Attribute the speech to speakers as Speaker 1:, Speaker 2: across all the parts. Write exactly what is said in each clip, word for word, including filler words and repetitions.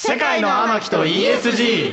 Speaker 1: 世界の天木と イーエスジー。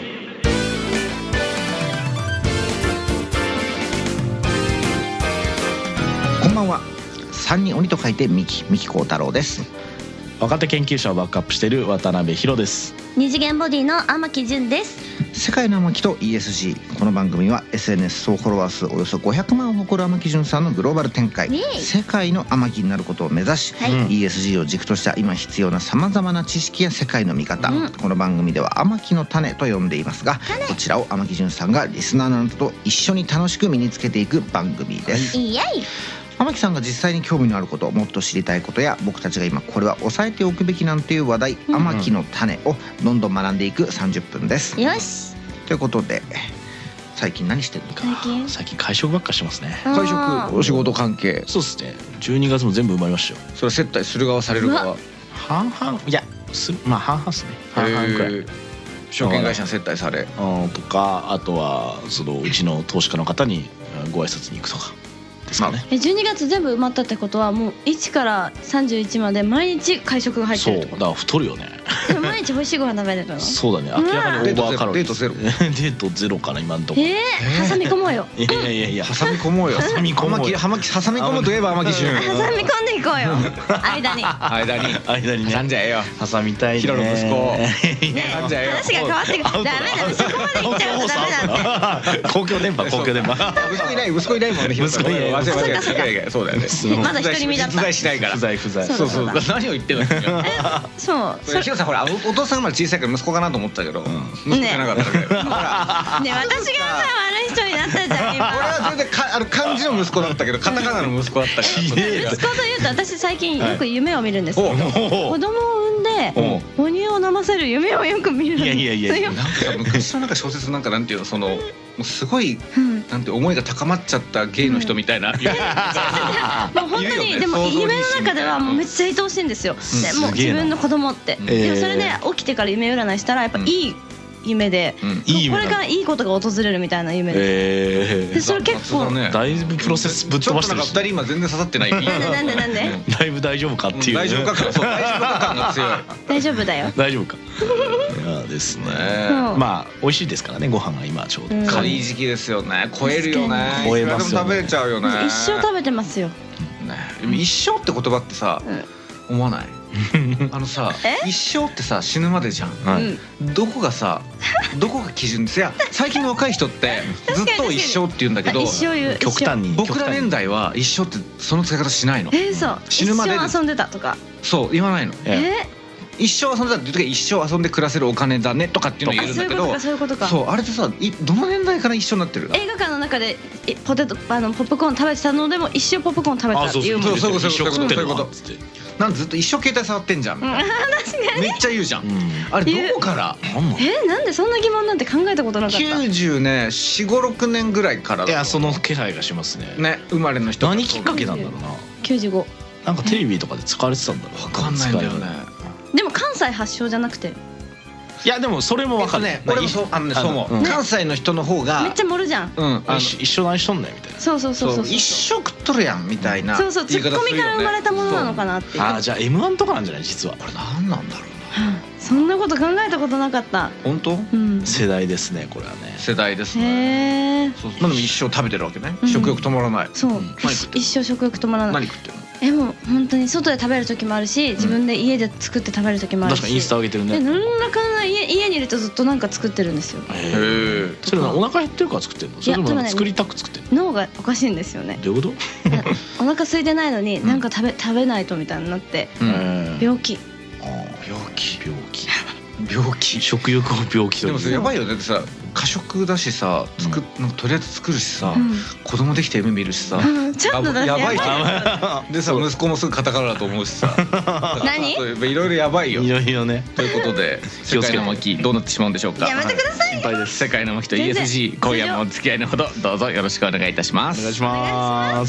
Speaker 2: こんばんは。三人鬼と書いてミキ、ミキ幸太郎です。
Speaker 1: 若手研究者をバックアップしている渡辺博です。
Speaker 3: 二次元ボディの天木純です。
Speaker 2: 世界の天木と イーエスジー。 この番組は エスエヌエス 総フォロワー数およそごひゃくまんを誇る天木純さんのグローバル展開、世界の天木になることを目指し、はい、イーエスジー を軸とした今必要なさまざまな知識や世界の見方、うん、この番組では天木の種と呼んでいますが、こちらを天木純さんがリスナーなどと一緒に楽しく身につけていく番組です。
Speaker 3: イエイ。
Speaker 2: 天木さんが実際に興味のあること、もっと知りたいことや僕たちが今これは押さえておくべきなんていう話題、うん、天木の種をどんどん学んでいくさんじゅっぷんです。
Speaker 3: よし。
Speaker 2: ということで最近何してるのか。
Speaker 3: 最近
Speaker 1: 最近会食ばっかしてますね。
Speaker 2: 会食、お仕事関係。
Speaker 1: そうですね。じゅうにがつも全部埋まりましたよ。
Speaker 2: それ接待する側される側
Speaker 1: 半々、いやすまあ半々ですね。半々くらい。
Speaker 2: 証券会社に接待され
Speaker 1: うんとか、あとはそのうちの投資家の方にご挨拶に行くとかですかね。
Speaker 3: えじゅうにがつ全部埋まったってことはもういちからさんじゅういちまで毎日会食が入ってるってこと。
Speaker 1: そうだから太るよね。
Speaker 3: 毎日美味しいご飯食べれるの。
Speaker 1: そうだね。明らかにオーバーカロリー。
Speaker 2: デートゼロ。
Speaker 1: デートゼロかな今んとこ。
Speaker 3: えー、挟み込もうよ。
Speaker 1: いやいやいや
Speaker 2: 挟み込もうよ。
Speaker 1: 挟み込もうよ。
Speaker 2: 挟み込むといえば天木純。
Speaker 3: 挟み込んでいこうよ。間に。
Speaker 2: 間に
Speaker 1: 間にね。
Speaker 2: 挟んじゃえよ。
Speaker 1: 挟みたいね。
Speaker 2: ヒロの息子。
Speaker 3: ね、話が変わってくる。ダメだね。そこまで言っちゃうとダメなんで。
Speaker 1: 公共電波、公共電波。
Speaker 2: 息子いない、息子いないもんね。
Speaker 1: 息子いない。
Speaker 2: 間違え間違え。そうだよね。
Speaker 3: まだ独り身だった。
Speaker 2: 不在しないから。
Speaker 1: 不在不在。
Speaker 2: そうそう。何を言ってるの。
Speaker 3: そう。
Speaker 2: ヒロさんほら、お父さんがまだ小さいから息子かなと思ったけど、息子じゃなかったけど。
Speaker 3: ね、私がさ悪い人になったじゃん今。
Speaker 2: 俺は全然あの漢字の息子だったけど、カタカナの息子だったから。息子と
Speaker 3: いうと私最近よく夢を見るんですけど、子供を産んで母乳を飲ませる夢をよく見るんですよ。
Speaker 1: いやいやいや。
Speaker 2: なんか昔のなんか小説なんかなんていうの、そのもうすごいなんて思いが高まっちゃったゲイの人みたいな。もう
Speaker 3: 本当にでも夢の中ではもうめっちゃ愛おしいんですよ。もう自分の子供って。でもそれで起きてから夢占いしたらやっぱいい夢で、これからいいことが訪れるみたいな夢で、それ結構
Speaker 1: だいぶプロセスぶっ飛ばしてる。
Speaker 2: ふたり今全然刺さってない。
Speaker 3: なんでなんでなんで
Speaker 1: だいぶ大丈夫かっていう。
Speaker 2: 大丈夫か、そう大丈夫か感が強い。
Speaker 3: 大丈夫だよ。
Speaker 1: 大丈夫か。いやですね。まあ美味しいですからね、ご飯が今ちょうど。
Speaker 2: いい時期ですよね。超えるよね。
Speaker 1: 超えますよ。
Speaker 2: 食べれちゃうよね。
Speaker 3: 一生食べてますよ。
Speaker 2: 一生って言葉ってさ思わない？あのさ、一生ってさ死ぬまでじゃん。どこがさ、どこが基準です。いや最近の若い人ってずっと一生って言うんだけど、
Speaker 1: 極端に
Speaker 2: 僕ら年代は一生ってその使い方しないの。
Speaker 3: え、そう。死ぬまで遊んでたとか。
Speaker 2: そう言わないの。え？一生遊んでたって言う時は一生遊んで暮らせるお金だねとかっていうのを言うんだけど、
Speaker 3: そういうことか。
Speaker 2: そうあれってさ、どの年代から一緒になってる？
Speaker 3: 映画館の中でポテトあのポップコーン食べてたのでも一生ポップコーン食べたっていうもん。
Speaker 2: そうそうそうそうそういうこと。なんでずっと一生携帯触ってんじゃん。めっちゃ言うじゃん。あれどこから？
Speaker 3: え、なんでそんな疑問なんて考えたことなかった。
Speaker 2: きゅうじゅうね、よん、ご、ろくねんぐらいから。
Speaker 1: いやその気配がしますね。
Speaker 2: ね、生まれの人。
Speaker 1: 何きっかけなんだろうな。
Speaker 3: きゅうじゅうご。
Speaker 1: なんかテレビとかで使われてたんだろう。
Speaker 2: わかんないんだよね。
Speaker 3: でも関西発祥じゃなくて。
Speaker 1: いやでもそれも分かるね。
Speaker 2: 俺もそうあのね、そう思う。関西の人の方が
Speaker 3: めっちゃ盛るじゃん。
Speaker 1: うん、一緒何しとんねんみたいな。
Speaker 3: そうそうそうそう。
Speaker 2: 一生食っとるやんみたいな。
Speaker 3: そうそう、ツッコミから生まれたものなのかなっていう。
Speaker 1: あ、じゃあ エムワン とかなんじゃない実は。
Speaker 2: これ何なんだろうな。
Speaker 3: そんなこと考えたことなかった。
Speaker 2: 本当？
Speaker 1: 世代ですねこれはね。
Speaker 2: 世代ですね。そうそう。まあでも一生食べてるわけね。食欲止まらない。
Speaker 3: そう。一生食欲止まらない。
Speaker 2: 何食ってるの？
Speaker 3: え、もう本当に外で食べる時もあるし、自分で家で作って食べる時もあるし。
Speaker 1: 確かにインスタ上げてるね。
Speaker 3: 何らかの家家にいるとずっとなんか作ってるんですよ。
Speaker 1: へえ。それはお腹減ってるから作ってるの？それとも作りたく作ってる
Speaker 3: の？脳がおかしいんですよね。
Speaker 1: どういうこと？
Speaker 3: お腹空いてないのになんか食べ食べないとみたいになって病気。
Speaker 2: 病気
Speaker 1: 病気
Speaker 2: 病気
Speaker 1: 食欲を病気と。
Speaker 2: でもそれやばいよね。だってさ過食だしさ、作なんかとりあえず作るしさ、子供できて夢見るしさ、
Speaker 3: ちゃんとだね。
Speaker 2: やばい人でさ、息子もすぐカタカナだと思うしさ、
Speaker 3: 何？
Speaker 2: いろいろやばいよ。
Speaker 1: いろいろね。
Speaker 2: ということで世界の巻どうなってしまうんでしょうか。
Speaker 3: やめてください。
Speaker 1: 心配です。
Speaker 2: 世界の巻と イーエスジー 今夜もお付き合いのほどどうぞよろしくお願いいたします。
Speaker 1: お願いします。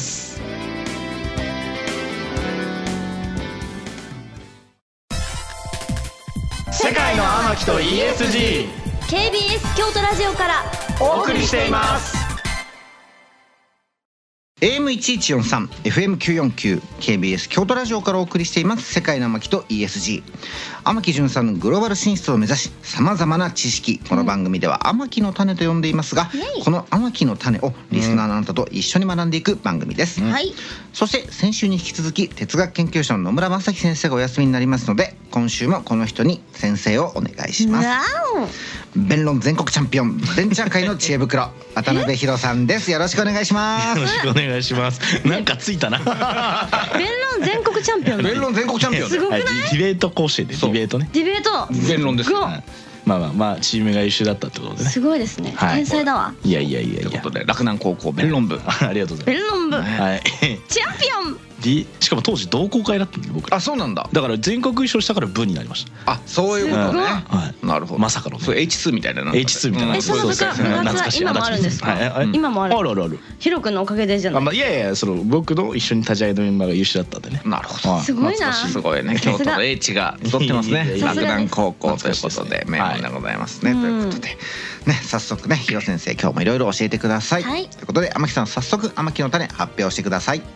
Speaker 1: 世界の天木と イーエスジー
Speaker 3: ケービーエス 京都ラジオから
Speaker 1: お送りしています。
Speaker 2: エーエムいちいちよんさん エフエムきゅうよんきゅう ケービーエス 京都ラジオからお送りしています世界の天木と イーエスジー。 天木純さんのグローバル進出を目指しさまざまな知識、この番組では天木の種と呼んでいますが、うん、この天木の種をリスナーのあなたと一緒に学んでいく番組です、うん、そして先週に引き続き哲学研究者の野村正樹先生がお休みになりますので、今週もこの人に先生をお願いします。弁論全国チャンピオン、ベンチャー界の知恵袋渡辺博さんです。よろしくお願いします。
Speaker 1: よろしくお願いします。なんかついたな。
Speaker 3: 弁論全国チャンピオン。
Speaker 2: 弁論全国チャンピオン。
Speaker 3: すごくない？
Speaker 1: ディベート講師でディベートね。
Speaker 3: ディベート。
Speaker 2: 弁論です。
Speaker 1: まあまあまあチームが優秀だったってことでね。
Speaker 3: すごいですね。天才だわ。
Speaker 1: いやいやいやいや。
Speaker 2: ということで洛南高校弁論部。
Speaker 1: ありがとうございます。
Speaker 3: 弁論部。
Speaker 1: はい。
Speaker 3: チャンピオン。
Speaker 1: しかも当時同好会だったんで僕。
Speaker 2: あ、そうなんだ。
Speaker 1: だから全国優勝したから部になりました。
Speaker 2: あ、そういうことね。なるほど。
Speaker 1: まさかの。
Speaker 2: そう エイチツー みたいな。
Speaker 1: エイチツー みたいな。
Speaker 3: え、その部活は今もあるんですか？今もある。
Speaker 1: あるあるある。
Speaker 3: ヒロ君のおかげでじゃない。
Speaker 1: いやいや、その僕の一緒に立ち上げたメンバーが優秀だったんでね。
Speaker 2: なるほど。
Speaker 3: すごいな。
Speaker 2: すごいね。京都の英知が戻ってますね。洛南高校ということで名門でございますね。ということでね、早速ね、ヒロ先生今日もいろいろ教えてください。ということで天木さん、早速天木の種発表してください。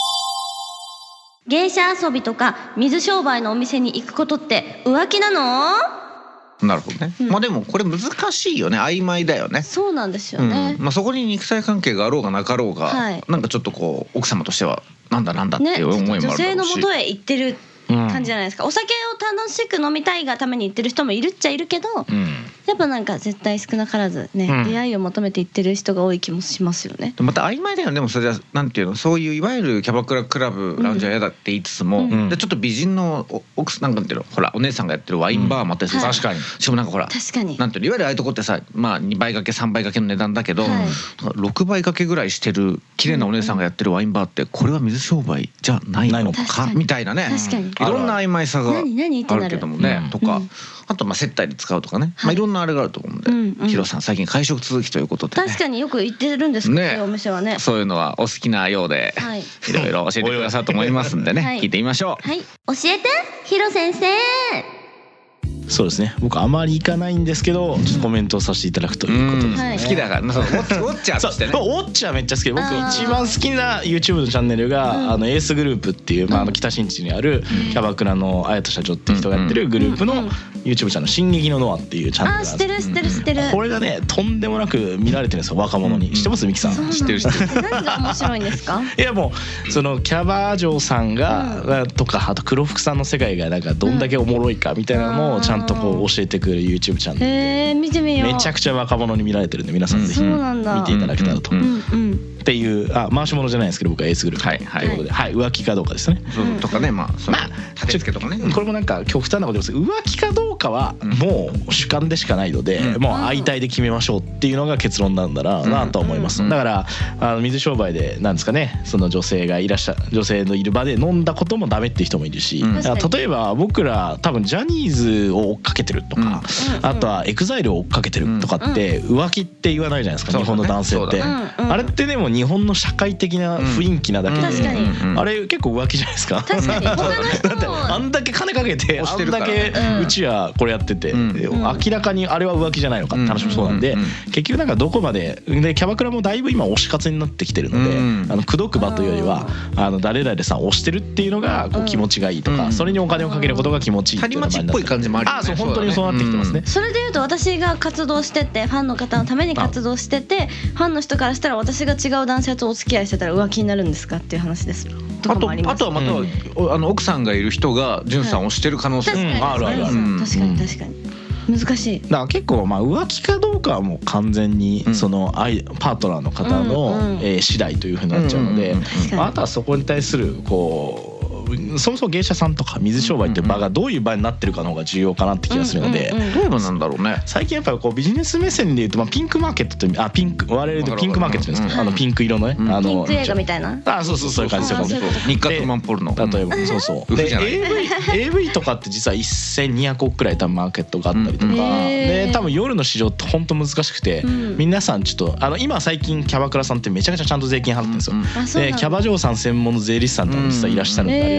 Speaker 3: 芸者遊びとか水商売のお店に行くことって浮気なの？
Speaker 2: なるほどね、うん、まあでもこれ難しいよね、曖昧だよね。
Speaker 3: そうなんですよね、
Speaker 2: うん、まあそこに肉体関係があろうがなかろうが、はい、なんかちょっとこう奥様としてはなんだなんだっていう思いもあるだろうし、
Speaker 3: ね、女性の元へ行ってる感じじゃないですか、うん、お酒を楽しく飲みたいがために行ってる人もいるっちゃいるけど、うん、やっぱなんか絶対少なからずね、うん、出会いを求めて行ってる人が多い気もしますよね。
Speaker 2: また曖昧だよね。でもそれはなんていうの、そういういわゆるキャバクラクラブラウンジは嫌だって言いつつも、うん、でちょっと美人の奥さんなんていうの、ほらお姉さんがやってるワインバーもあったりする、うん、確かに。しかもなんかほら
Speaker 3: 確かに
Speaker 2: なんていうの、いわゆるああいうとこってさ、まあにばい掛けさんばい掛けの値段だけど、はい、ろくばい掛けぐらいしてる綺麗なお姉さんがやってるワインバーってこれは水商売じゃないのかみたいなね、
Speaker 3: 確かに
Speaker 2: いろんな曖昧さがあるけどもね、とか、あとまあ接待で使うとかね、まあいろんなあれがあると思うんで、ヒロさん最近会食続きということで、
Speaker 3: 確かによく行ってるんですけど、お店はね、
Speaker 2: そういうのはお好きなようでいろいろ教えてくださると思いますんでね、聞いてみましょう。
Speaker 3: はい、教えてヒロ先生。
Speaker 1: そうですね、僕あまり行かないんですけどちょっとコメントをさせていただくということですね。
Speaker 2: 好きだから、ウォッチャーとしてね。
Speaker 1: ウォッチャーめっちゃ好きで、僕一番好きな YouTube のチャンネルがあのエースグループっていう、まああの北新地にあるキャバクラの綾人社長っていう人がやってるグループの YouTube チャンネル、進撃のノアっていうチャンネルなんです。
Speaker 3: あ、知ってる知ってる知ってる。
Speaker 1: これがねとんでもなく見られてるんですよ、若者に。知ってます？ミキさん。
Speaker 2: 知ってる知ってる。
Speaker 3: 何が面白いんですか？
Speaker 1: いやもうそのキャバ嬢さんがとか、あと黒服さんの世界がなんかどんだけおもろいかみたいなのをちゃんとこう教えてくれる YouTube チャンネルで、
Speaker 3: へー、見てみよう。
Speaker 1: めちゃくちゃ若者に見られてるんで、皆さんぜひ見ていただけたらと。っていう、あ、回し物じゃないですけど僕はエースグループということで、はい、浮気かどうかですね。
Speaker 2: とかね、まあその立て付けとかね。
Speaker 1: これもなんか極端なことですけど、浮気かどうかはもう主観でしかないので、もう相対で決めましょうっていうのが結論なんだなと思います。だからあの水商売でなんですかね、その女性がいらっしゃ女性のいる場で飲んだこともダメっていう人もいるし、例えば僕ら多分ジャニーズを追っかけてるとか、あとはエグザイルを追っかけてるとかって浮気って言わないじゃないですか、日本の男性って。あれってでも日本の社会的な雰囲気なだけで、あれ結構浮気じゃないですか。
Speaker 3: 確かに他の人も
Speaker 1: だってあんだけ金かけてあんだけうちはこれやってて、明らかにあれは浮気じゃないのかって話もそうなんで、結局なんかどこまででキャバクラもだいぶ今推し活になってきてるので、あの口説く場というよりはあの誰々さん推してるっていうのがこう気持ちがいいとか、それにお金をかけることが気持ちいいっていうのが
Speaker 2: 谷町っぽい感じもあるよね。
Speaker 1: あ、そう、本当にそうなってきてますね。
Speaker 3: それでいうと私が活動してて、ファンの方のために活動してて、ファンの人からしたら私が違う男性とお付き合いしてたら浮気になるんですかっていう話です。
Speaker 2: あとあとはまたあの奥さんがいる人が潤さんをしてる可能性も
Speaker 1: あるあるある。
Speaker 3: 確かに確かに難しい。
Speaker 1: だから結構まあ浮気かどうかはもう完全にそのパートナーの方の次第というふうになっちゃうので、あとはそこに対するこうそもそも芸者さんとか水商売っていう場がどういう場になってるかの方が重要かなって気がするので、
Speaker 2: どういう場なんだろうね。
Speaker 1: 最近やっぱりこうビジネス目線でいうと、まあピンクマーケットってあピンク我々でピンクマーケットですけど、あのピンク色のね、あの
Speaker 3: ピンク映画みたいな、
Speaker 1: あ、そうそうそういう感じですよ。
Speaker 2: 日活マンポルノ
Speaker 1: 例えばそうそうで エーブイ エーブイ とかって実はせんにひゃくおくくらい多分マーケットがあったりとかで、多分夜の市場って本当難しくて、皆さんちょっとあの今最近キャバクラさんってめちゃくちゃちゃんと税金払ってるんですよ。でキャバ嬢さん専門の税理士さんとかも実はいらっしゃるんであり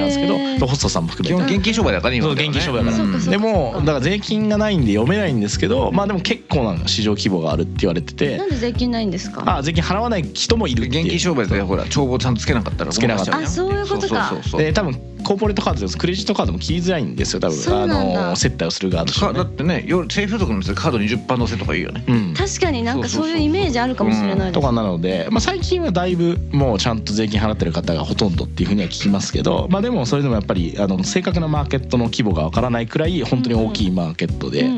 Speaker 1: なんですけど、ホストさんも含めて
Speaker 2: 基本現金商売だからね、
Speaker 1: 今現金商売だから、でもだから税金がないんで読めないんですけど、まあでも結構な市場規模があるって言われてて。
Speaker 3: なんで税金ないんですか？
Speaker 1: あ、税金払わない人もいるっていう。
Speaker 2: 現金商売でほら帳簿ちゃんとつけなかったら
Speaker 1: つけなかった。
Speaker 3: あ、そういうことか。
Speaker 1: で多分コーポレートカードです、クレジットカードも切りづらいんですよ多分、あの接待をする側として、ね、
Speaker 2: だってね、政府所得のカード にじゅっパーセント 乗せとかいいよね、
Speaker 3: うん、確かになんかそういうイメージあるかもしれないです、うん、
Speaker 1: とかなので、まあ、最近はだいぶもうちゃんと税金払ってる方がほとんどっていうふうには聞きますけど、まあ、でもそれでもやっぱりあの正確なマーケットの規模がわからないくらい本当に大きいマーケットで、うんうん、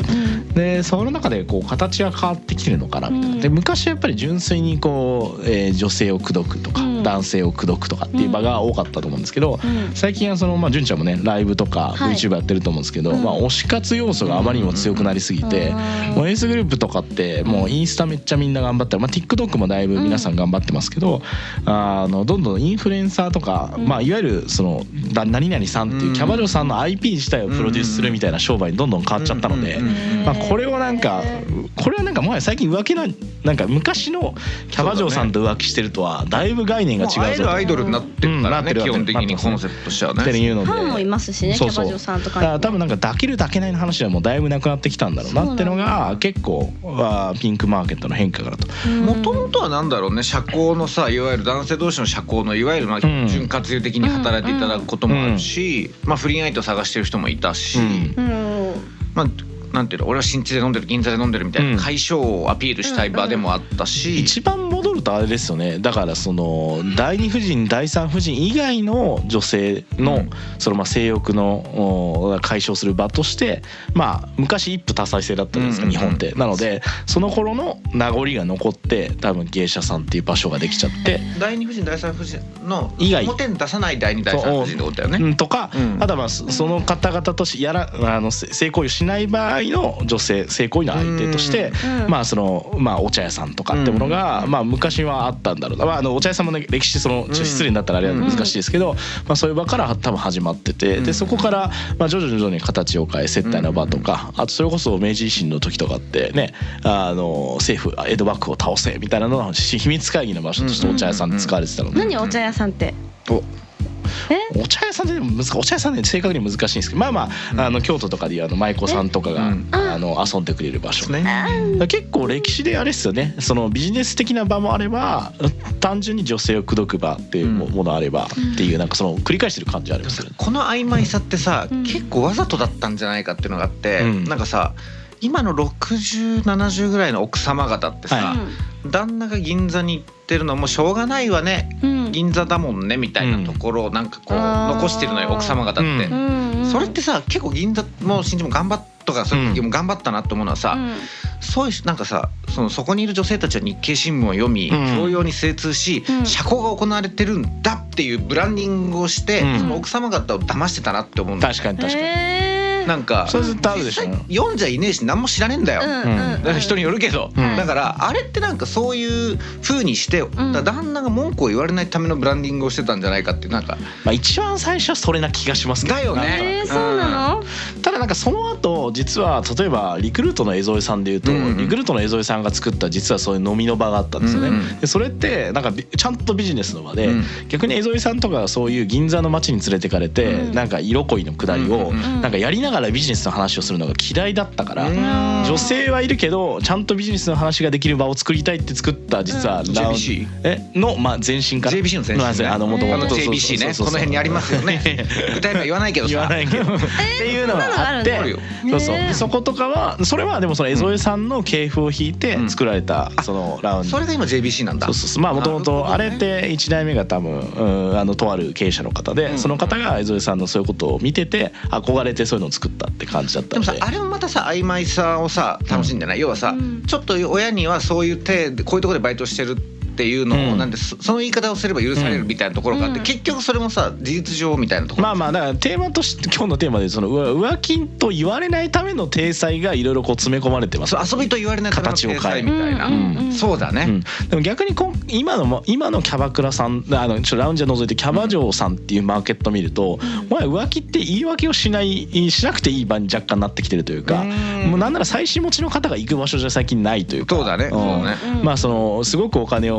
Speaker 1: でその中でこう形が変わってきてるのかなみたいな。で昔はやっぱり純粋にこう、えー、女性を口説くとか、うん、男性を口説くとかっていう場が多かったと思うんですけど、うん、最近はそのまあ純ちゃんもねライブとか YouTube やってると思うんですけど、はい、まあ、推し活要素があまりにも強くなりすぎて、うん、もうエースグループとかってもうインスタめっちゃみんな頑張ってる、まあ、TikTok もだいぶ皆さん頑張ってますけど、うん、あのどんどんインフルエンサーとか、うん、まあ、いわゆるその何々さんっていうキャバ嬢さんの アイピー 自体をプロデュースするみたいな商売にどんどん変わっちゃったので、まあ、これをなんかこれはなんかもはや最近浮気ななんか昔のキャバ嬢さんと浮気してるとはだいぶ概念が違うぞと。
Speaker 2: 会えるアイドルになってるからね、うん、基本的にコンセプトとしてはね。
Speaker 3: っていうのでファンもいますしね、キャバ嬢さんとかに。
Speaker 1: だから多分なんか抱ける抱けないの話はもうだいぶなくなってきたんだろうなってのが結構はピンクマーケットの変化からと。
Speaker 2: もともとはなんだろうね、社交のさ、いわゆる男性同士の社交のいわゆるまあ潤滑油的に働いていただくこともあるし、まあ不倫相手を探してる人もいたし、まあなんていうの、俺は新地で飲んでる、銀座で飲んでるみたいな解消をアピールしたい場でもあったし、うんうん、
Speaker 1: 一番戻るとあれですよね。だからその第二夫人第三夫人以外の女性の、うん、そのまあ性欲の解消する場として、まあ昔一夫多妻制だったんですか、うんうんうん、日本って。なのでその頃の名残が残って多分芸者さんっていう場所ができちゃって、
Speaker 2: 第二夫人第三夫人の表に出さない第二第三夫人ってことだよね、
Speaker 1: うん、とか、うん、あとはまあその方々としてやらあの性行為をしない場合の女性性行為の相手として、うん、まあそのまあお茶屋さんとかってものが、うん、まあ昔はあったんだろうな、まあ、あのお茶屋さんもね歴史その失礼になったらあれは難しいですけど、うん、まあそういう場から多分始まってて、でそこからまあ徐々に徐々に形を変え接待の場とか、あとそれこそ明治維新の時とかってね、あの政府江戸幕府を倒せみたいなのの秘密会議の場所としてお茶屋さんで使われてたので、
Speaker 3: 何お茶屋さんって
Speaker 1: おお茶屋さんで難しい、お茶屋さんで正確に難しいんですけど、まあまあ、うん、あの京都とかでいうあの舞妓さんとかが、うん、あの遊んでくれる場所、ね、結構歴史であれですよね、そのビジネス的な場もあれば単純に女性を口説く場っていうものあればっていう、なんかその繰り返してる感じありますよね。
Speaker 2: この曖昧さってさ、うん、結構わざとだったんじゃないかっていうのがあって、うん、なんかさ今のろくじゅう、ななじゅうぐらいの奥様方ってさ、はい、旦那が銀座に行ってるのもしょうがないわね、うん、銀座だもんねみたいなところをなんかこう残してるのよ、奥様方って、うん、それってさ結構銀座も新地も頑張っとかそういう時も頑張ったなと思うのはさ、うん、そういうなんかさ そのそこにいる女性たちは日経新聞を読み、うん、教養に精通し、うん、社交が行われてるんだっていうブランディングをして、うん、その奥様方を騙してたなって思うんだよ。
Speaker 1: 確かに確かに、
Speaker 2: なんか
Speaker 1: それずっとあるでしょ。
Speaker 2: 読んじゃいねえし何も知らねえんだよ、うん、だから人によるけど、うん、だからあれってなんかそういう風にして、うん、だ旦那が文句を言われないためのブランディングをしてたんじゃないかっていう、なんか、
Speaker 1: まあ、一番最初はそれな気がしますけど
Speaker 2: だよね、
Speaker 3: えー、そうなの、
Speaker 1: うん、ただなんかその後実は例えばリクルートの江添さんでいうと、うん、リクルートの江添さんが作った実はそういう飲みの場があったんですよね、うん、でそれってなんかちゃんとビジネスの場で、うん、逆に江添さんとかそういう銀座の街に連れてかれて、うん、なんか色恋のくだりを、うん、なんかやりながらビジネスの話をするのが嫌いだったから、女性はいるけどちゃんとビジネスの話ができる場を作りたいって作った実は、うん、
Speaker 2: ジェイビーシー
Speaker 1: えのまあ前身から
Speaker 2: ジェイビーシー の前身、ね、
Speaker 1: あの元々
Speaker 2: ジェイビーシー ね、この辺にありますよね具体名は言わないけどさ
Speaker 1: 言わないけどっていうのがあって、そうそう、そことかはそれはでもその江添さんの系譜を引いて作られたそのラウンジ、
Speaker 2: それが今 ジェイビーシー なんだ。
Speaker 1: そうそうそう、まあもともとあれっていち代目が多分、うん、あのとある経営者の方で、その方が江添さんのそういうことを見てて憧れてそういうのを作ったって感じだったので。
Speaker 2: でもさあれもまたさ曖昧さをさ楽しんでない、うん、要はさ、うん、ちょっと親にはそういう体でこういうところでバイトしてるっていうのを、うん、なんで そ, その言い方をすれば許されるみたいなところがあって、うん、結局それもさ事実上みたいなところ、
Speaker 1: まあまあだからテーマとして今日のテーマでその浮気と言われないための体裁がいろいろこう詰め込まれてます、
Speaker 2: ね、遊びと言われないための体裁みたいな、うんうん、そうだね、うん、
Speaker 1: でも逆にこ今の今のキャバクラさんあのちょラウンジを除いてキャバ嬢さんっていうマーケット見ると、うん、お前浮気って言い訳をしないしなくていい場に若干なってきてるというか、うん、もうなんなら妻子持ちの方が行く場所じゃ最近ないというか、
Speaker 2: そうだね、うん、そうね、
Speaker 1: まあそのすごくお金を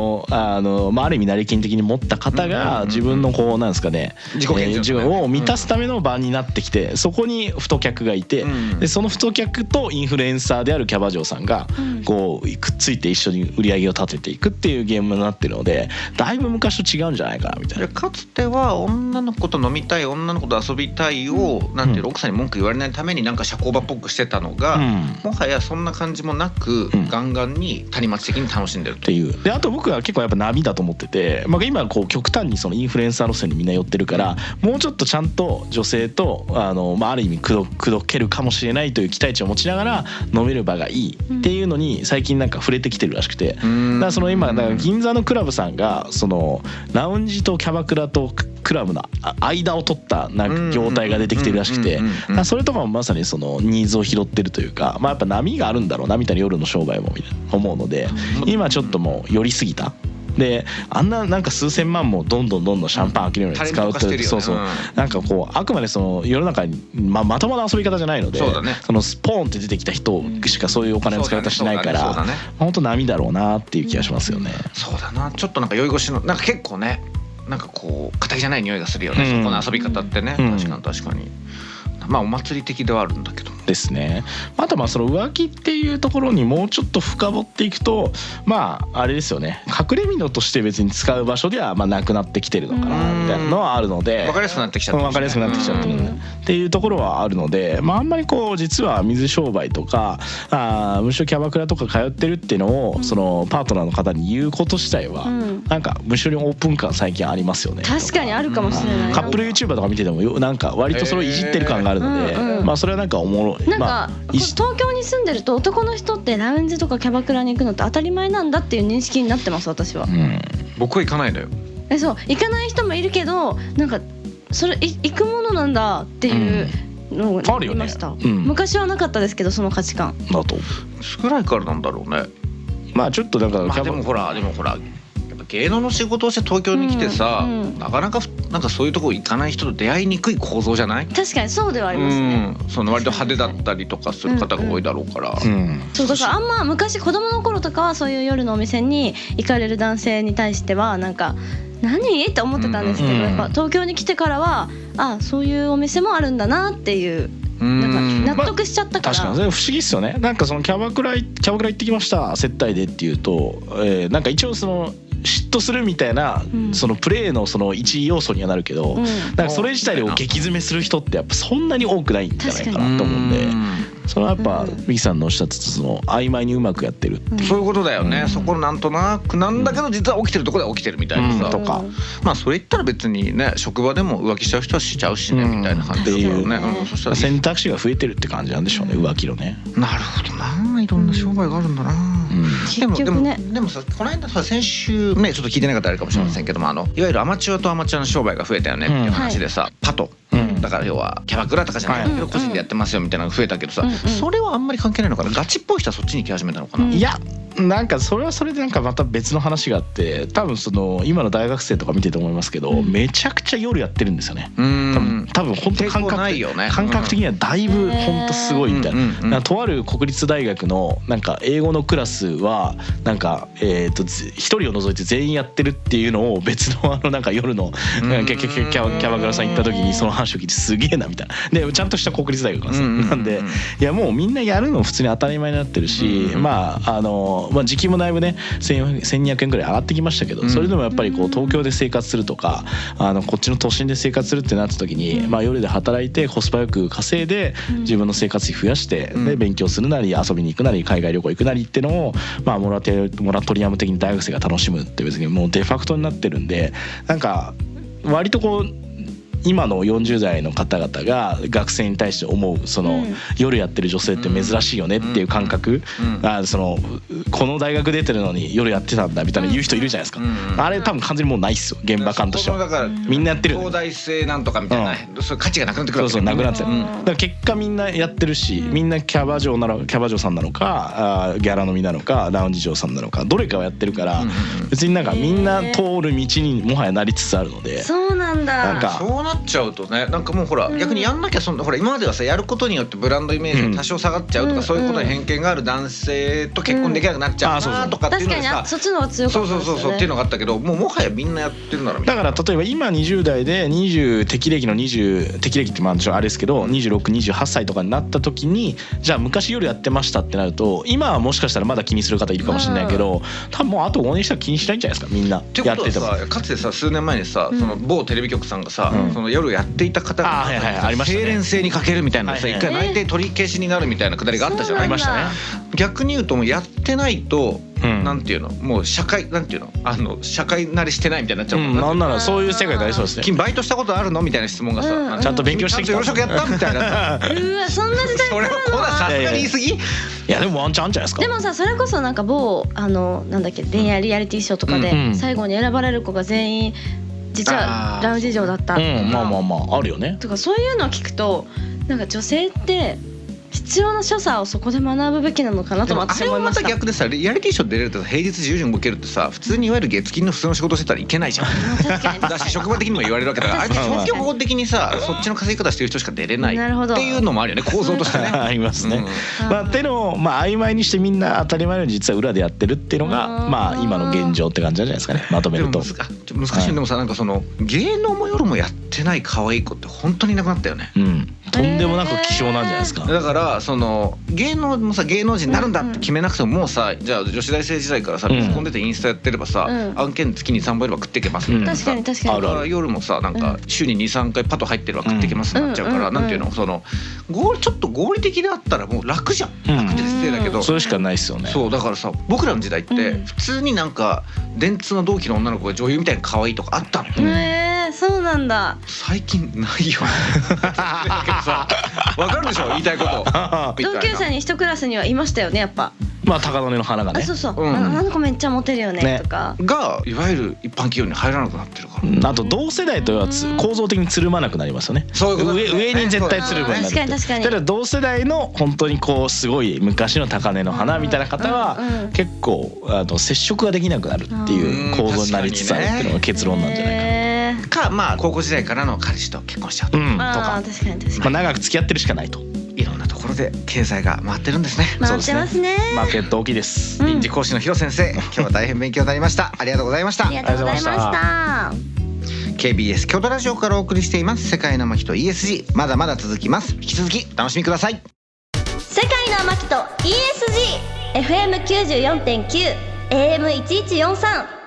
Speaker 1: のあの、まあ、ある意味成金的に持った方が自分のこうなんですかね、
Speaker 2: 自己顕示欲ね
Speaker 1: を満たすための場になってきて、そこに太客がいて、でその太客とインフルエンサーであるキャバ嬢さんがこうくっついて一緒に売り上げを立てていくっていうゲームになってるので、だいぶ昔と違うんじゃないかなみたいな。
Speaker 2: かつては女の子と飲みたい、女の子と遊びたいをなんていう、奥さんに文句言われないためになんか社交場っぽくしてたのが、うん、もはやそんな感じもなく、うん、ガンガンに谷町的に楽しんでるという。
Speaker 1: であと僕は結構やっぱ波だと思ってて、まあ、今こう極端にそのインフルエンサー路線にみんな寄ってるから、もうちょっとちゃんと女性とあの、まあ、ある意味口説口説けるかもしれないという期待値を持ちながら飲める場がいいっていうのに最近なんか触れてきてるらしくて、だからその今だから銀座のクラブさんがそのラウンジとキャバクラとクラブの間を取ったなんか業態が出てきてるらしくて、それとかもまさにそのニーズを拾ってるというか、まあやっぱ波があるんだろうなみたいな夜の商売も思うので、今ちょっともう寄りすぎた。であんななんか数千万もどんどんどんどんシャンパン開けるように使うって、そうそう、なんかこうあくまでその世の中に ま, まともな遊び方じゃないので、そ, ね、そのスポーンって出てきた人しかそういうお金の使い方しないから、本当波だろうなっていう気がしますよね。
Speaker 2: そうだな、ちょっとなんか酔い越しのなんか結構ね、なんかこう堅気じゃない匂いがするよね、うん、そこの遊び方ってね、うん、確かに確かに。まあお祭り的ではあるんだけど
Speaker 1: ですね。あとまあその浮気っていうところにもうちょっと深掘っていくと、まああれですよね、隠れ蓑として別に使う場所ではまあなくなってきてるのかなみたいなのはあるので、
Speaker 2: 分かりやすくなってきちゃってる、
Speaker 1: 分かりやすくなってきちゃってるっていうところはあるので、まああんまりこう実は水商売とかあむしろキャバクラとか通ってるっていうのをそのパートナーの方に言うこと自体はなんかむしろオープン感最近ありますよね。
Speaker 3: 確かにあるかもしれない。
Speaker 1: カップル YouTuber とか見ててもなんか割とそれをいじってる感があるので、まあそれはなんかおもろい。
Speaker 3: なんか、まあ、東京に住んでると男の人ってラウンジとかキャバクラに行くのって当たり前なんだっていう認識になってます私は、うん、
Speaker 2: 僕は行かないのよ。
Speaker 3: えそう行かない人もいるけど、なんかそれ行くものなんだっていうのを言いました、うんねうん、昔はなかったですけどその価値観
Speaker 1: だと
Speaker 2: 少ないからなんだろうね。
Speaker 1: まあちょっとだから、
Speaker 2: まあ、でもほらでもほら芸能の仕事をして東京に来てさ、うんうん、なかなかなんかそういうとこ行かない人と出会いにくい構造じゃない？
Speaker 3: 確かにそうではありますね、
Speaker 2: うん、その割と派手だったりとかする方が多いだろうから、うんうん、
Speaker 3: そうだからあんま昔子供の頃とかはそういう夜のお店に行かれる男性に対してはなんか何って思ってたんですけど、うんうん、やっぱ東京に来てからはあそういうお店もあるんだなっていうなんか納得しちゃったから、
Speaker 1: まあ、確かに不思議っすよね。なんかそのキャバクラキャバクラ行ってきました接待でっていうと、えー、なんか一応その嫉妬するみたいな、うん、そのプレーのその一要素にはなるけど、うん、なんかそれ自体で激詰めする人ってやっぱそんなに多くないんじゃないかなと思うんで、それはやっぱミキさんのおっしゃってたその曖昧にうまくやってるっていう、
Speaker 2: うん、そういうことだよね、うん、そこなんとなくなんだけど実は起きてるところで起きてるみたいなさ、うん、とか、まあそれ言ったら別にね職場でも浮気しちゃう人はしちゃうしね、うん、みたいな感じだよね、うん、そしたら
Speaker 1: 選択肢が増えてるって感じなんでしょうね、浮気のね。
Speaker 2: なるほどな、いろんな商売があるんだな、うん、でもでもでもさこの間さ先週ねちょっと聞いてなかったらあれかもしれませんけども、うん、あのいわゆるアマチュアとアマチュアの商売が増えたよねっていう話でさ、うん、パト、うん、だから要はキャバクラとかじゃないけど個人でやってますよみたいなのが増えたけどさ、うんうん、それはあんまり関係ないのかな、ガチっぽい人はそっちに行き始めたのかな、うん、
Speaker 1: いやなんかそれはそれでなんかまた別の話があって、多分その今の大学生とか見てて思いますけど、うん、めちゃくちゃ夜やってるんですよね。うん多分本当感覚ないよ、ね、感覚的にはだいぶ本当すごいみたいな、うんうんうん、とある国立大学のなんか英語のクラスはなんかえっと一人を除いて全員やってるっていうのを別のあのなんか夜のキャキャキャバクラさん行った時にその話を聞いてすげえなみたいな、でちゃんとした国立大学なんですよ、うんうんうん、なんでいやもうみんなやるの普通に当たり前になってるし、うんうん、まああのまあ時給もだいぶねせんにひゃくえんぐらい上がってきましたけど、それでもやっぱりこう東京で生活するとかあのこっちの都心で生活するってなった時に、まあ、夜で働いてコスパよく稼いで自分の生活費増やしてで勉強するなり遊びに行くなり海外旅行行くなりっていうのを、まあ、モラテモラトリアム的に大学生が楽しむって別にもうデファクトになってるんで、なんか割とこう今のよんじゅう代の方々が学生に対して思うその、うん、夜やってる女性って珍しいよねっていう感覚、うん、あそのこの大学出てるのに夜やってたんだみたいな言う人いるじゃないですか、うん、あれ多分完全にもうないっすよ現場感としては。だからみんなやってる
Speaker 2: 東大生なんとかみたいな、うん、そういう価値がなくなってくるわけ。
Speaker 1: そうそうなくなってる、うん、だから結果みんなやってるし、みんなキャバ嬢なのキャバ嬢さんなのかあギャラ飲みなのかラウンジ嬢さんなのかどれかはやってるから、うん、別になんかみんな通る道にもはやなりつつあるので。
Speaker 3: そうなんだ。
Speaker 2: なんかそうなっっちゃうとね、なんかもうほら逆にやんなきゃそんなほら今まではさやることによってブランドイメージが多少下がっちゃうとか、そういうことに偏見がある男性と結婚できなくなっちゃうなとかっていうのでさ、
Speaker 3: そっちの方が強かったですよね。
Speaker 2: そうそうそうっていうのがあったけど、もうもはやみんなやってるならみたいな。
Speaker 1: だから例えば今にじゅう代でにじゅう適齢期のにじゅう適齢期ってまああれですけどにじゅうろく、にじゅうはっさいとかになった時に、じゃあ昔夜やってましたってなると、今はもしかしたらまだ気にする方いるかもしれないけど、多分もうあとごねんしたら気にしないんじゃないですかみんなやってても。
Speaker 2: かつてさ数年前にさ、その某テレビ局さんがさ、その夜やっていた方が清廉性に欠けるみたいなさ、一回内定取り消しになるみたいなくだりがあったじゃない。ありましたね。逆に言うともうやってないと、なんていうの、もう社会なんていうの、あの社会慣れしてないみたいになっちゃうもん。
Speaker 1: なんならそういう世界になりそうですね。
Speaker 2: 君バイトしたことあるのみたいな質問がさ、
Speaker 1: ちゃんと勉強してきた、
Speaker 2: よろしくやったみたいな。
Speaker 3: うわそんな時代。
Speaker 2: それはこださすがに言い過ぎ。
Speaker 1: いやでもワンチャンあんじゃないですか。
Speaker 3: でもさ、それこそなんか某あのなんだっけ恋愛リアリティショーとかで最後に選ばれる子が全員実はラウンジ嬢だったとか、
Speaker 1: まあまあまああるよね。
Speaker 3: とかそういうのを聞くと、なんか女性って必要な所作をそこで学ぶべきなのかなと私は思いました。
Speaker 2: あれはまた逆でさ、リアリティショー出れると平日じゅうじに動けるってさ、普通にいわゆる月金の普通の仕事してたらいけないじゃん。
Speaker 3: 確かに
Speaker 2: だし職場的にも言われるわけだから、あれって消去法的にさ、そっちの稼ぎ方してる人しか出れないっていうのもあるよね、構造としてね。
Speaker 1: ありますね。まあってのをまあ曖昧にしてみんな当たり前のように実は裏でやってるっていうのがまあ今の現状って感じじゃないですかね、まとめると。
Speaker 2: 難しい。でもさ、なんかその芸能も夜もやってない可愛い子って本当にいなくなったよね。
Speaker 1: うん。とんでもなく希少なんじゃないですか。
Speaker 2: だからその芸能もさ、芸能人になるんだって決めなくても、もうさ、じゃあ女子大生時代からさ、パソコン出てインスタやってればさ、案件月にさんぼんいれば食っていけますみたいなさ、
Speaker 3: 確かに確かに。
Speaker 2: あるある。夜もさ、なんか週ににさんかいパト入ってれば食っていけますになっちゃうから、なんていうの、その合理ちょっと合理的であったらもう楽じゃん。楽って失礼だけど、
Speaker 1: それしかないですよね。
Speaker 2: そうだからさ、僕らの時代って普通になんか電通の同期の女の子が女優みたいに可愛いとかあったの。
Speaker 3: へえ、そうなんだ。
Speaker 2: 最近ないよ。わかるでしょ言いたいこと。
Speaker 3: 同級生に一クラスにはいましたよね、やっぱ。
Speaker 1: まあ高野の花がね。
Speaker 3: そうそう。あの子めっちゃモテるよねとか。
Speaker 2: がいわゆる一般企業に入らなくなってるから。
Speaker 1: あと同世代とは構造的につるまなくなりますよね。
Speaker 2: そういうこと。
Speaker 1: 上上に絶対つるむようになる。
Speaker 3: 確かに確かに。
Speaker 1: だから同世代の本当にこうすごい昔の高根の花みたいな方は結構あの接触ができなくなるっていう構造になりつつあるっていうのが結論なんじゃないかな。
Speaker 2: かまあ高校時代からの彼氏と結婚しちゃうとか、
Speaker 3: まあ
Speaker 1: 長く付き合ってるしかないと。
Speaker 2: いろんなところで経済が回ってるんですね。
Speaker 3: 回ってますね。
Speaker 1: マーケット大きいです。
Speaker 2: 臨時講師のヒロ先生、今日は大変勉強になりました。ありがとうございました。
Speaker 3: ありがとうございました。
Speaker 2: ケービーエス 京都ラジオからお送りしています世界の天木と イーエスジー、 まだまだ続きます。引き続きお楽しみください。
Speaker 3: 世界の天木と イーエスジー エフエムきゅうじゅうよんてんきゅう エーエムいちいちよんさん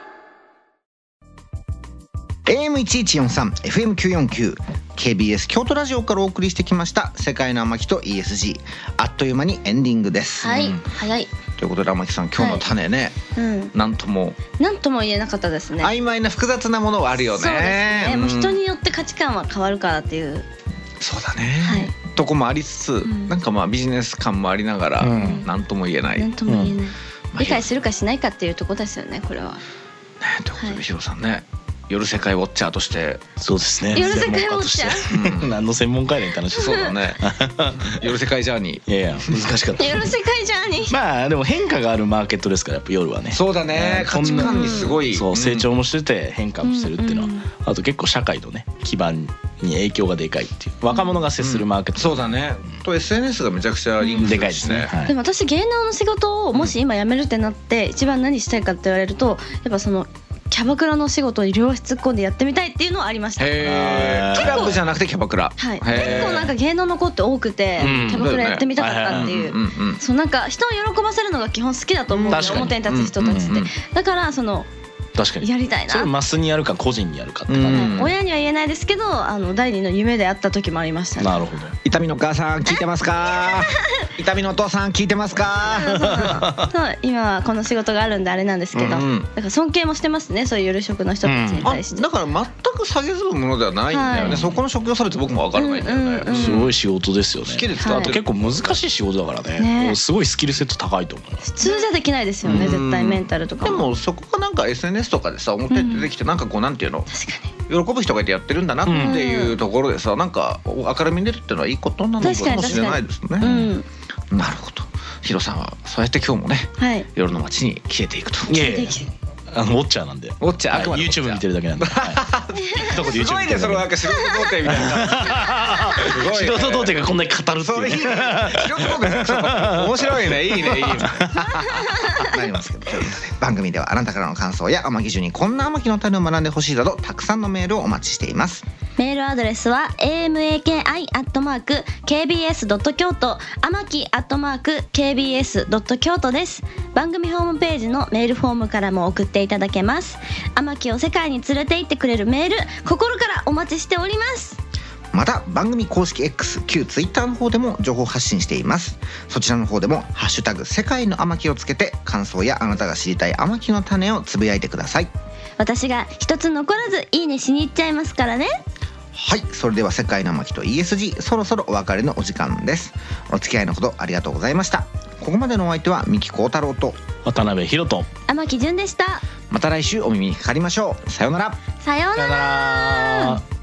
Speaker 2: エーエムいちいちよんさん エフエムきゅうよんきゅう ケービーエス 京都ラジオからお送りしてきました世界の天木と イーエスジー、 あっという間にエンディングです。
Speaker 3: はい、早い。
Speaker 2: ということで天木さん、今日の種ね、なんとも
Speaker 3: なんとも言えなかったですね。
Speaker 2: 曖昧な複雑なものはあるよね。
Speaker 3: そうですね。もう人によって価値観は変わるからっていう。
Speaker 2: そうだね。とこもありつつ、なんかまあビジネス感もありながら、なんとも言えない。
Speaker 3: なんとも言えない。理解するかしないかっていうところですよね、これは。ね、
Speaker 2: ということでヒロさんね、夜世界ウォッチャーとして。
Speaker 1: そうですね。
Speaker 3: 夜世界ウォッチャー。
Speaker 1: 何の専門家やねんって話。
Speaker 2: そうだね。夜世界ジャーニー。
Speaker 1: いやいや難しかった。
Speaker 3: 夜世界ジャーニー。
Speaker 1: まあでも変化があるマーケットですからやっぱ夜はね。
Speaker 2: そうだね。価値観にすごい。
Speaker 1: そう成長もしてて変化もしてるっていうのは、あと結構社会のね基盤に影響がでかいっていう若者が接するマーケット。
Speaker 2: そうだね。と エスエヌエス がめちゃくちゃリンク
Speaker 1: でかいですね。
Speaker 3: でも私芸能の仕事をもし今辞めるってなって一番何したいかって言われるとやっぱその。キャバクラの仕事に両足突っ込んでやってみたいっていうのはありました。
Speaker 2: へー。クラブじゃなくてキャバクラ。
Speaker 3: はい。結構なんか芸能の子って多くて、キャバクラやってみたかったっていう。そうなんか人を喜ばせるのが基本好きだと思うんですよ。表に立つ人たちって。だからその。
Speaker 1: 確かに
Speaker 3: やりたいな。
Speaker 1: それマスにやるか個人にやるかってかね。
Speaker 3: 親には言えないですけど、あの第二の夢であった時もありましたね。
Speaker 1: なるほど。
Speaker 2: 痛みのお母さん聞いてますか？痛みのお父さん聞いてますか？
Speaker 3: そう今はこの仕事があるんであれなんですけど、だから尊敬もしてますね、そういう夜職の人たちに対して。
Speaker 2: だから全く下げずるものではないんだよね。そこの職業差別僕も分からないんだよね。
Speaker 1: すごい仕事ですよね。
Speaker 2: 好きですか？
Speaker 1: あと結構難しい仕事だからね。すごいスキルセット高いと思う。
Speaker 3: 普通じゃできないですよね、絶対メンタルとか。
Speaker 2: でもそこがなんか エスエヌエス とかでさ表に出てきてなんかこうなんていうの、喜ぶ人がいてやってるんだなっていうところでさ、なんか明るみに出るっていうのはいいことなのかもしれないですね。なるほど。ヒロさんはそうやって今日もね夜の街に消えていくと。
Speaker 1: いやいやあのウォッチャーなんで。
Speaker 2: ウォッチャー、あくまで
Speaker 1: YouTube 見てるだけなんで。どこで YouTube 見てるだけ。
Speaker 2: すごいね、そのなんか素人童貞みたいな。
Speaker 1: 素人童貞がこんなに語るっていうね。
Speaker 2: 素人童貞面白いね、いいね、いいね。なりますけど、ということで番組ではあなたからの感想や天城中にこんな天城の種を学んでほしいなどたくさんのメールをお待ちしています。
Speaker 3: メールアドレスは エーエムエーケーアイ アットマーク ケービーエス ドット 京都、天城アットマーク ケービーエス ドット 京都です。番組ホームページのメールフォームからも送っていただけます。天城を世界に連れて行ってくれるメール、心からお待ちしております。
Speaker 2: また番組公式 X 旧 Twitter の方でも情報発信しています。そちらの方でもハッシュタグ世界の天城をつけて感想やあなたが知りたい天城の種をつぶやいてください。
Speaker 3: 私が一つ残らずいいねしに行っちゃいますからね。
Speaker 2: はい、それでは世界の天城と イーエスジー そろそろお別れのお時間です。お付き合いのほどありがとうございました。ここまでのお相手は三木幸太郎と
Speaker 1: 渡辺裕人、
Speaker 3: 天城純でした。
Speaker 2: また来週お耳にかかりましょう。さようなら。
Speaker 3: さようなら。